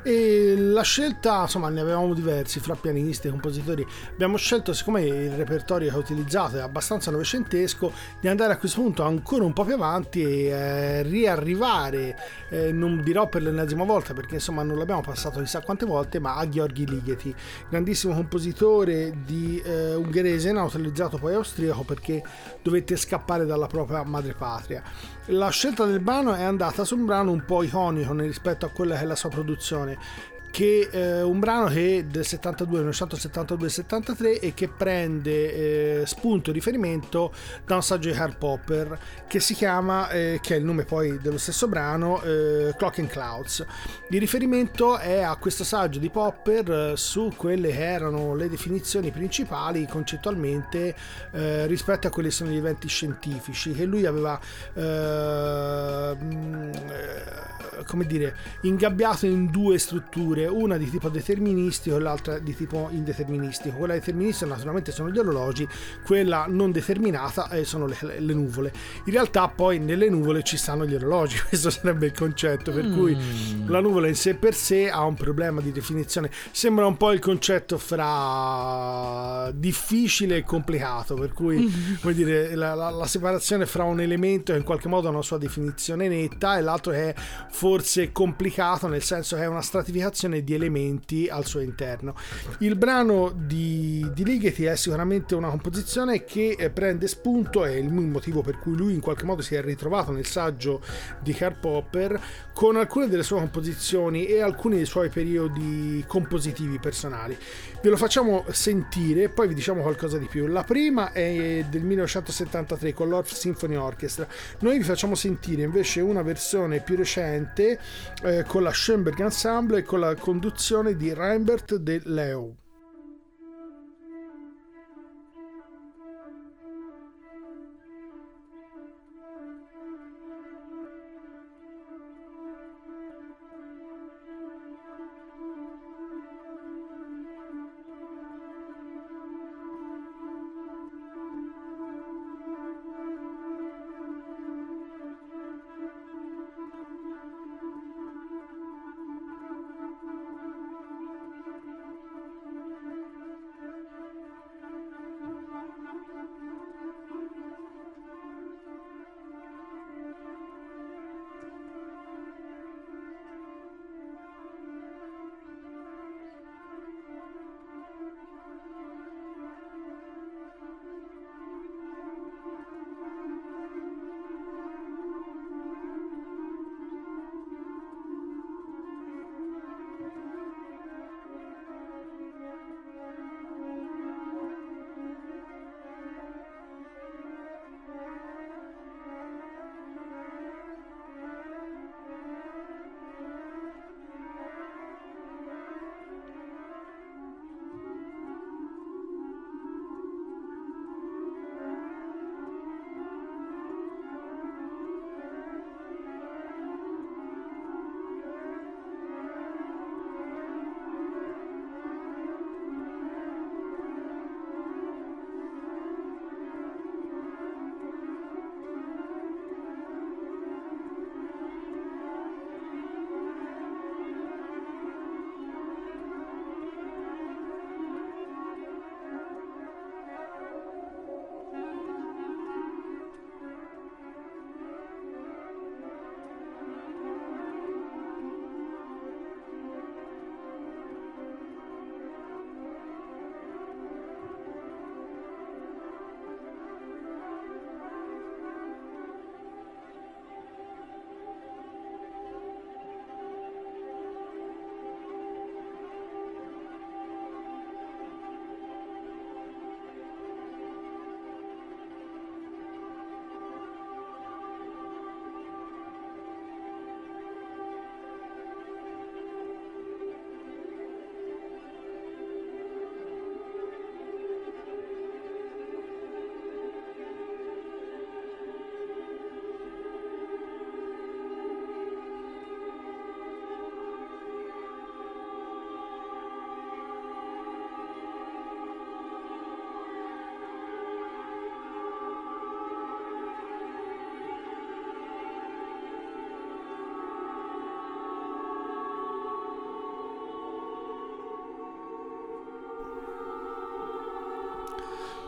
E la scelta, insomma, ne avevamo diversi fra pianisti e compositori. Abbiamo scelto, siccome il repertorio che ho utilizzato è abbastanza novecentesco, di andare a questo punto ancora un po' più avanti e eh, riarrivare, eh, non dirò per l'ennesima volta perché insomma non l'abbiamo passato chissà quante volte, ma a Gheorghi Ligeti, grandissimo compositore di eh, ungherese, naturalizzato poi austriaco perché dovette scappare dalla propria madrepatria. La scelta del brano è andata su un brano un po' iconico rispetto a quella che è la sua produzione, che è eh, un brano che è del settantadue, millenovecentosettantadue settantatré, e che prende eh, spunto e riferimento da un saggio di Karl Popper che si chiama, eh, che è il nome poi dello stesso brano, eh, Clock and Clouds. Il riferimento è a questo saggio di Popper eh, su quelle che erano le definizioni principali concettualmente eh, rispetto a quelli che sono gli eventi scientifici che lui aveva eh, come dire ingabbiato in due strutture, una di tipo deterministico e l'altra di tipo indeterministico. Quella deterministica naturalmente sono gli orologi, quella non determinata eh, sono le, le nuvole. In realtà poi nelle nuvole ci stanno gli orologi, questo sarebbe il concetto, per mm. cui la nuvola in sé per sé ha un problema di definizione. Sembra un po' il concetto fra difficile e complicato, per cui mm. come dire, la, la, la separazione fra un elemento che in qualche modo ha una sua definizione netta e l'altro che è forse complicato, nel senso che è una stratificazione di elementi al suo interno. Il brano di, di Ligeti è sicuramente una composizione che prende spunto, è il motivo per cui lui in qualche modo si è ritrovato nel saggio di Karl Popper, con alcune delle sue composizioni e alcuni dei suoi periodi compositivi personali. Ve lo facciamo sentire e poi vi diciamo qualcosa di più. La prima è del millenovecentosettantatré con l'Orff Symphony Orchestra. Noi vi facciamo sentire invece una versione più recente eh, con la Schoenberg Ensemble e con la conduzione di Reinbert de Leeuw.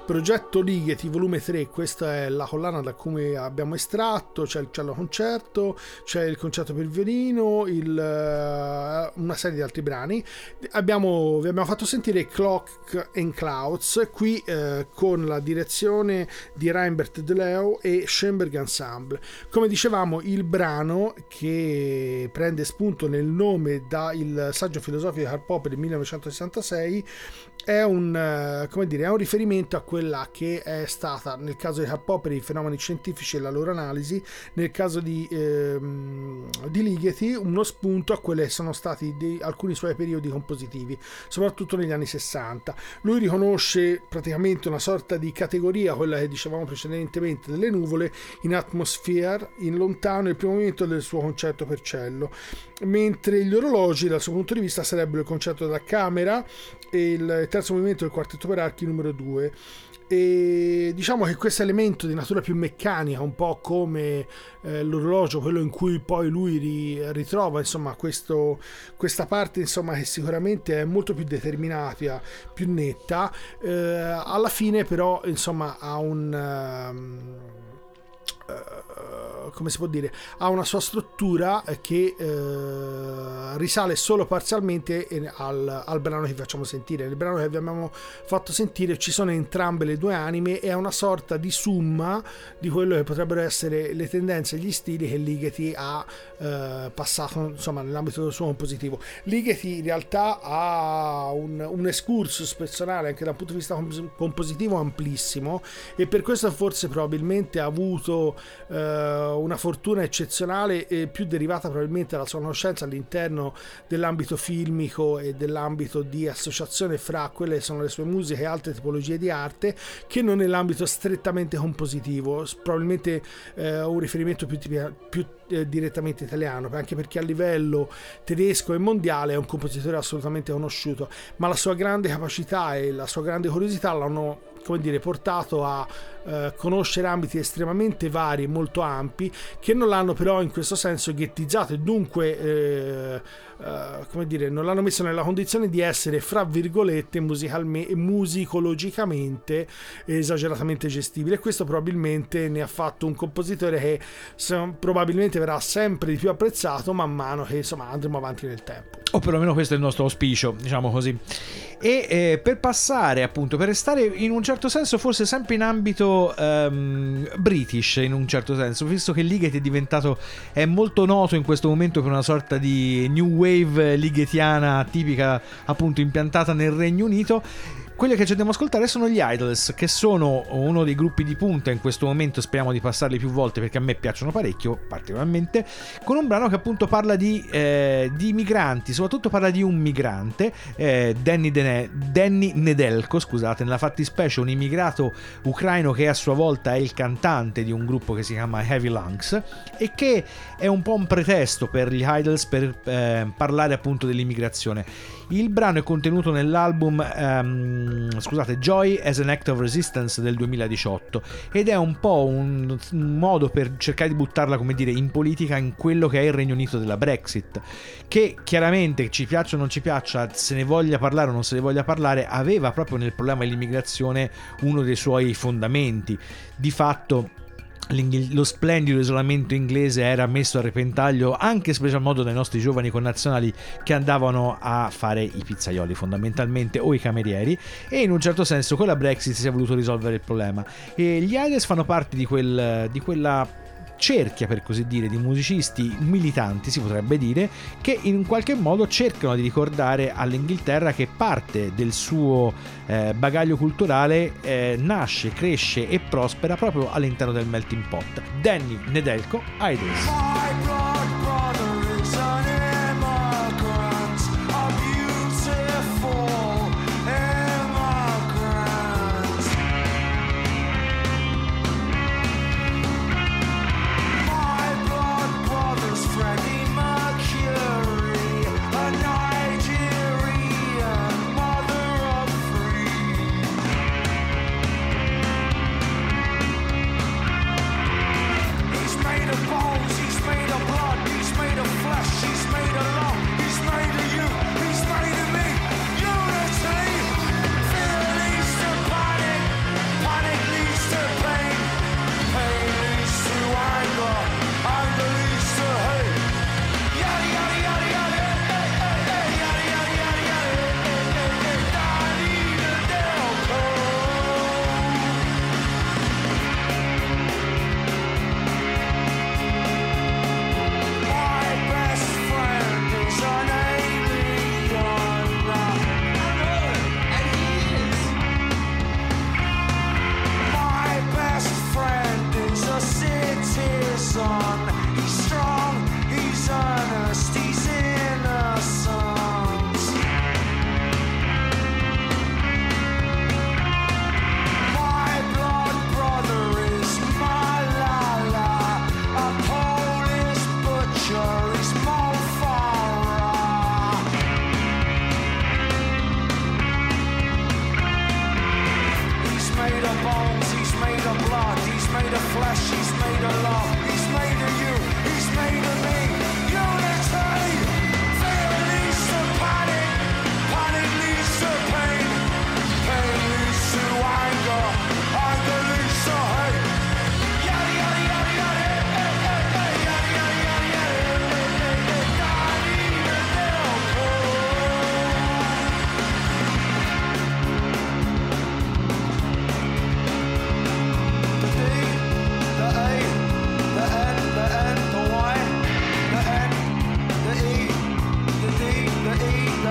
Progetto Ligeti volume tre, questa è la collana da cui abbiamo estratto, c'è il cello concerto, c'è il concerto per violino, il, uh, una serie di altri brani. Abbiamo, vi abbiamo fatto sentire Clock and Clouds qui uh, con la direzione di Reinbert De Leo e Schoenberg Ensemble. Come dicevamo, il brano, che prende spunto nel nome dal saggio filosofico di Karl Popper del millenovecentosessantasei, è un, come dire, è un riferimento a quella che è stata, nel caso di Karl Popper, i fenomeni scientifici e la loro analisi, nel caso di, ehm, di Ligeti uno spunto a quelli che sono stati dei, alcuni suoi periodi compositivi, soprattutto negli anni sessanta. Lui riconosce praticamente una sorta di categoria, quella che dicevamo precedentemente delle nuvole, in Atmosphere, in lontano, il primo movimento del suo concerto per cello, mentre gli orologi dal suo punto di vista sarebbero il concerto da camera e il terzo movimento del quartetto per archi numero due. E diciamo che questo elemento di natura più meccanica, un po' come eh, l'orologio, quello in cui poi lui ri, ritrova insomma questo, questa parte insomma che sicuramente è molto più determinata, più netta, eh, alla fine però insomma ha un um, Uh, come si può dire, ha una sua struttura che uh, risale solo parzialmente al, al brano che facciamo sentire. Nel brano che vi abbiamo fatto sentire ci sono entrambe le due anime, è una sorta di summa di quello che potrebbero essere le tendenze e gli stili che Ligeti ha uh, passato insomma nell'ambito del suo compositivo. Ligeti in realtà ha un, un excursus personale anche dal punto di vista compositivo amplissimo, e per questo forse probabilmente ha avuto Uh, una fortuna eccezionale, e più derivata probabilmente dalla sua conoscenza all'interno dell'ambito filmico e dell'ambito di associazione fra quelle che sono le sue musiche e altre tipologie di arte, che non nell'ambito strettamente compositivo. Probabilmente uh, un riferimento più, più eh, direttamente italiano, anche perché a livello tedesco e mondiale è un compositore assolutamente conosciuto, ma la sua grande capacità e la sua grande curiosità l'hanno, come dire, portato a eh, conoscere ambiti estremamente vari e molto ampi, che non l'hanno però in questo senso ghettizzato, e dunque eh, eh, come dire, non l'hanno messo nella condizione di essere, fra virgolette, musicalmente, musicologicamente esageratamente gestibile. E questo probabilmente ne ha fatto un compositore che se, probabilmente verrà sempre di più apprezzato man mano che insomma andremo avanti nel tempo, o perlomeno questo è il nostro auspicio, diciamo così. E eh, per passare appunto, per restare in un certo senso forse sempre in ambito um, British, in un certo senso, visto che Ligeti è diventato, è molto noto in questo momento per una sorta di new wave lighetiana tipica, appunto impiantata nel Regno Unito. Quelli che ci andiamo a ascoltare sono gli Idols, che sono uno dei gruppi di punta in questo momento. Speriamo di passarli più volte perché a me piacciono parecchio, particolarmente, con un brano che appunto parla di, eh, di migranti, soprattutto parla di un migrante, eh, Danny, Dene- Danny Nedelko, scusate, nella fattispecie un immigrato ucraino che a sua volta è il cantante di un gruppo che si chiama Heavy Lungs, e che è un po' un pretesto per gli Idols per eh, parlare appunto dell'immigrazione. Il brano è contenuto nell'album um, scusate, Joy as an Act of Resistance del duemiladiciotto, ed è un po' un, un modo per cercare di buttarla, come dire, in politica, in quello che è il Regno Unito della Brexit, che chiaramente, ci piaccia o non ci piaccia, se ne voglia parlare o non se ne voglia parlare, aveva proprio nel problema dell'immigrazione uno dei suoi fondamenti. Di fatto lo splendido isolamento inglese era messo a repentaglio anche special modo dai nostri giovani connazionali che andavano a fare i pizzaioli fondamentalmente, o i camerieri, e in un certo senso con la Brexit si è voluto risolvere il problema. E gli Idols fanno parte di, quel, di quella cerchia, per così dire, di musicisti militanti, si potrebbe dire, che in qualche modo cercano di ricordare all'Inghilterra che parte del suo eh, bagaglio culturale eh, nasce, cresce e prospera proprio all'interno del melting pot. Danny Nedelko, Idols. He's made of bones, he's made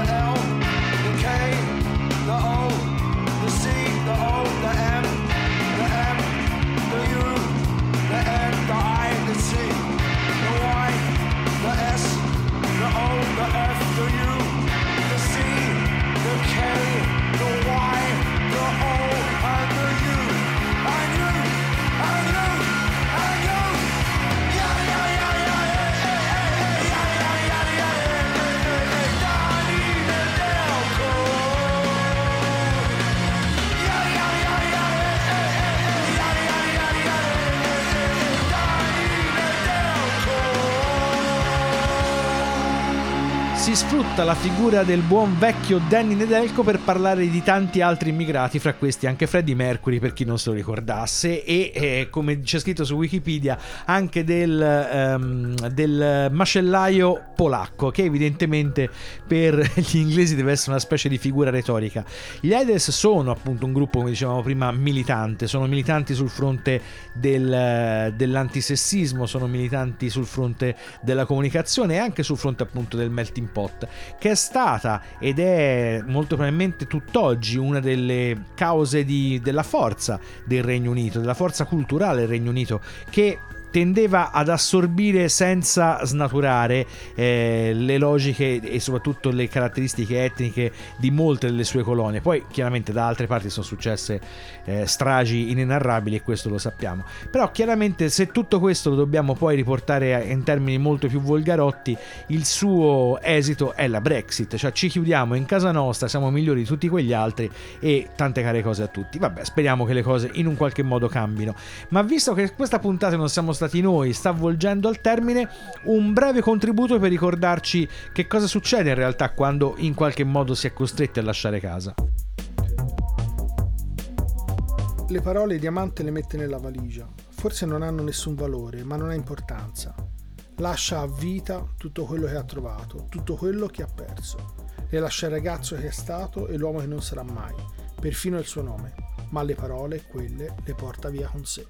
L, the K, the O, the C, the O, the M, the M, the U, the N, the I, the C, the Y, the S, the O, the F, the U, the C, the K, the Y, the O, and the U, and U, and U, and U. Yeah, yeah, yeah, yeah, yeah, yeah, yeah, yeah, yeah, yeah, yeah, yeah, Danny Nedelko. Yeah, yeah, yeah, yeah, yeah, yeah, yeah, yeah, yeah, yeah, Danny Nedelko. Si sfrutta la figura del buon vecchio Danny Nedelko per parlare di tanti altri immigrati, fra questi anche Freddie Mercury, per chi non se lo ricordasse, e eh, come c'è scritto su Wikipedia anche del, ehm, del macellaio polacco, che evidentemente per gli inglesi deve essere una specie di figura retorica. Gli Idols sono appunto un gruppo, come dicevamo prima, militante, sono militanti sul fronte del, dell'antisessismo, sono militanti sul fronte della comunicazione e anche sul fronte appunto del melting pot, che è stata ed è molto probabilmente tutt'oggi una delle cause di, della forza del Regno Unito, della forza culturale del Regno Unito, che tendeva ad assorbire senza snaturare eh, le logiche e soprattutto le caratteristiche etniche di molte delle sue colonie. Poi chiaramente da altre parti sono successe eh, stragi inenarrabili e questo lo sappiamo, però chiaramente se tutto questo lo dobbiamo poi riportare in termini molto più volgarotti, il suo esito è la Brexit, cioè ci chiudiamo in casa nostra, siamo migliori di tutti quegli altri e tante care cose a tutti. Vabbè, speriamo che le cose in un qualche modo cambino, ma visto che questa puntata non siamo stati noi, sta volgendo al termine, un breve contributo per ricordarci che cosa succede in realtà quando in qualche modo si è costretti a lasciare casa. Le parole diamante le mette nella valigia, forse non hanno nessun valore, ma non ha importanza. Lascia a vita tutto quello che ha trovato, tutto quello che ha perso, e lascia il ragazzo che è stato e l'uomo che non sarà mai, perfino il suo nome, ma le parole, quelle, le porta via con sé.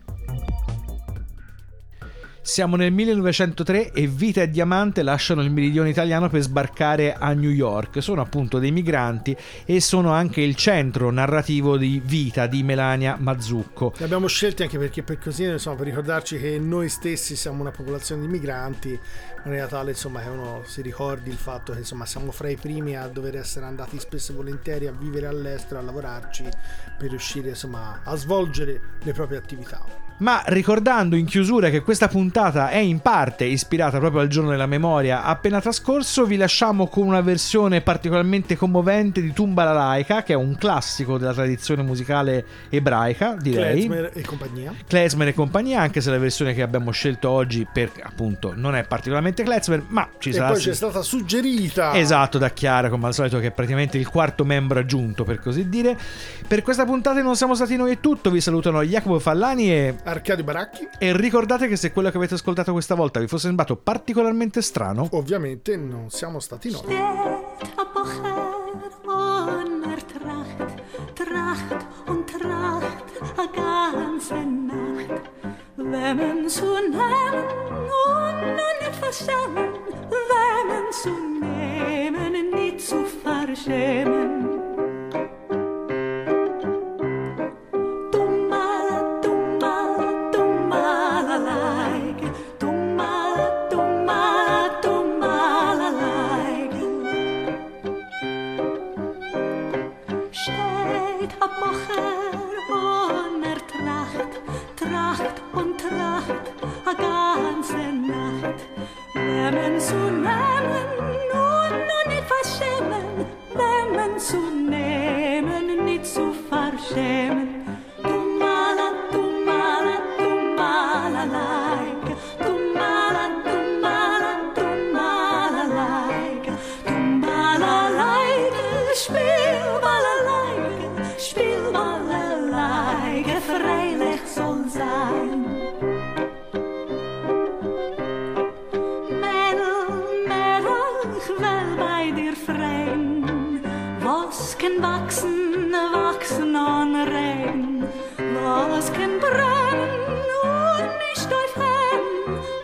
Siamo nel millenovecentotre e Vita e Diamante lasciano il meridione italiano per sbarcare a New York. Sono appunto dei migranti e sono anche il centro narrativo di Vita di Melania Mazzucco. Li abbiamo scelti anche perché per così, insomma, per ricordarci che noi stessi siamo una popolazione di migranti, in maniera tale, insomma, che uno si ricordi il fatto che, insomma, siamo fra i primi a dover essere andati spesso e volentieri a vivere all'estero, a lavorarci per riuscire, insomma, a svolgere le proprie attività. Ma ricordando in chiusura che questa puntata è in parte ispirata proprio al giorno della memoria appena trascorso, vi lasciamo con una versione particolarmente commovente di Tumba la Laica, che è un classico della tradizione musicale ebraica, direi. Klezmer e compagnia. Klezmer e compagnia, anche se la versione che abbiamo scelto oggi per appunto non è particolarmente Klezmer, ma ci e sarà. E poi c'è stata suggerita. Esatto, da Chiara, come al solito, che è praticamente il quarto membro aggiunto, per così dire. Per questa puntata non siamo stati noi, è tutto. Vi salutano Jacopo Fallani e Arcadio Baracchi. E ricordate che se quello che avete ascoltato questa volta vi fosse sembrato particolarmente strano, ovviamente non siamo stati noi.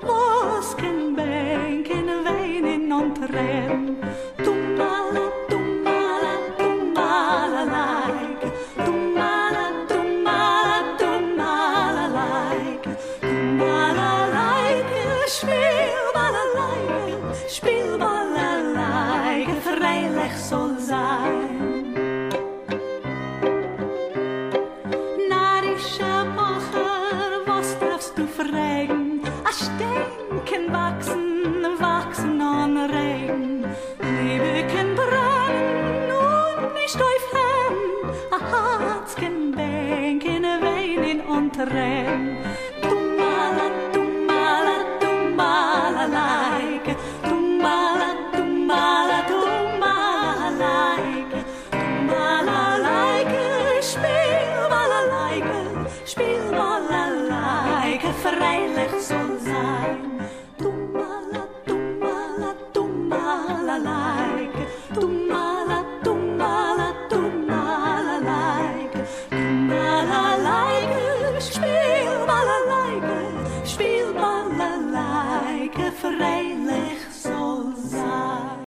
Tumba la tumba Regen, a Stenken wachsen, wachsen an Regen. Liebe kann brennen und nicht auf Hem, a Herz kann denken, weinen und rennen.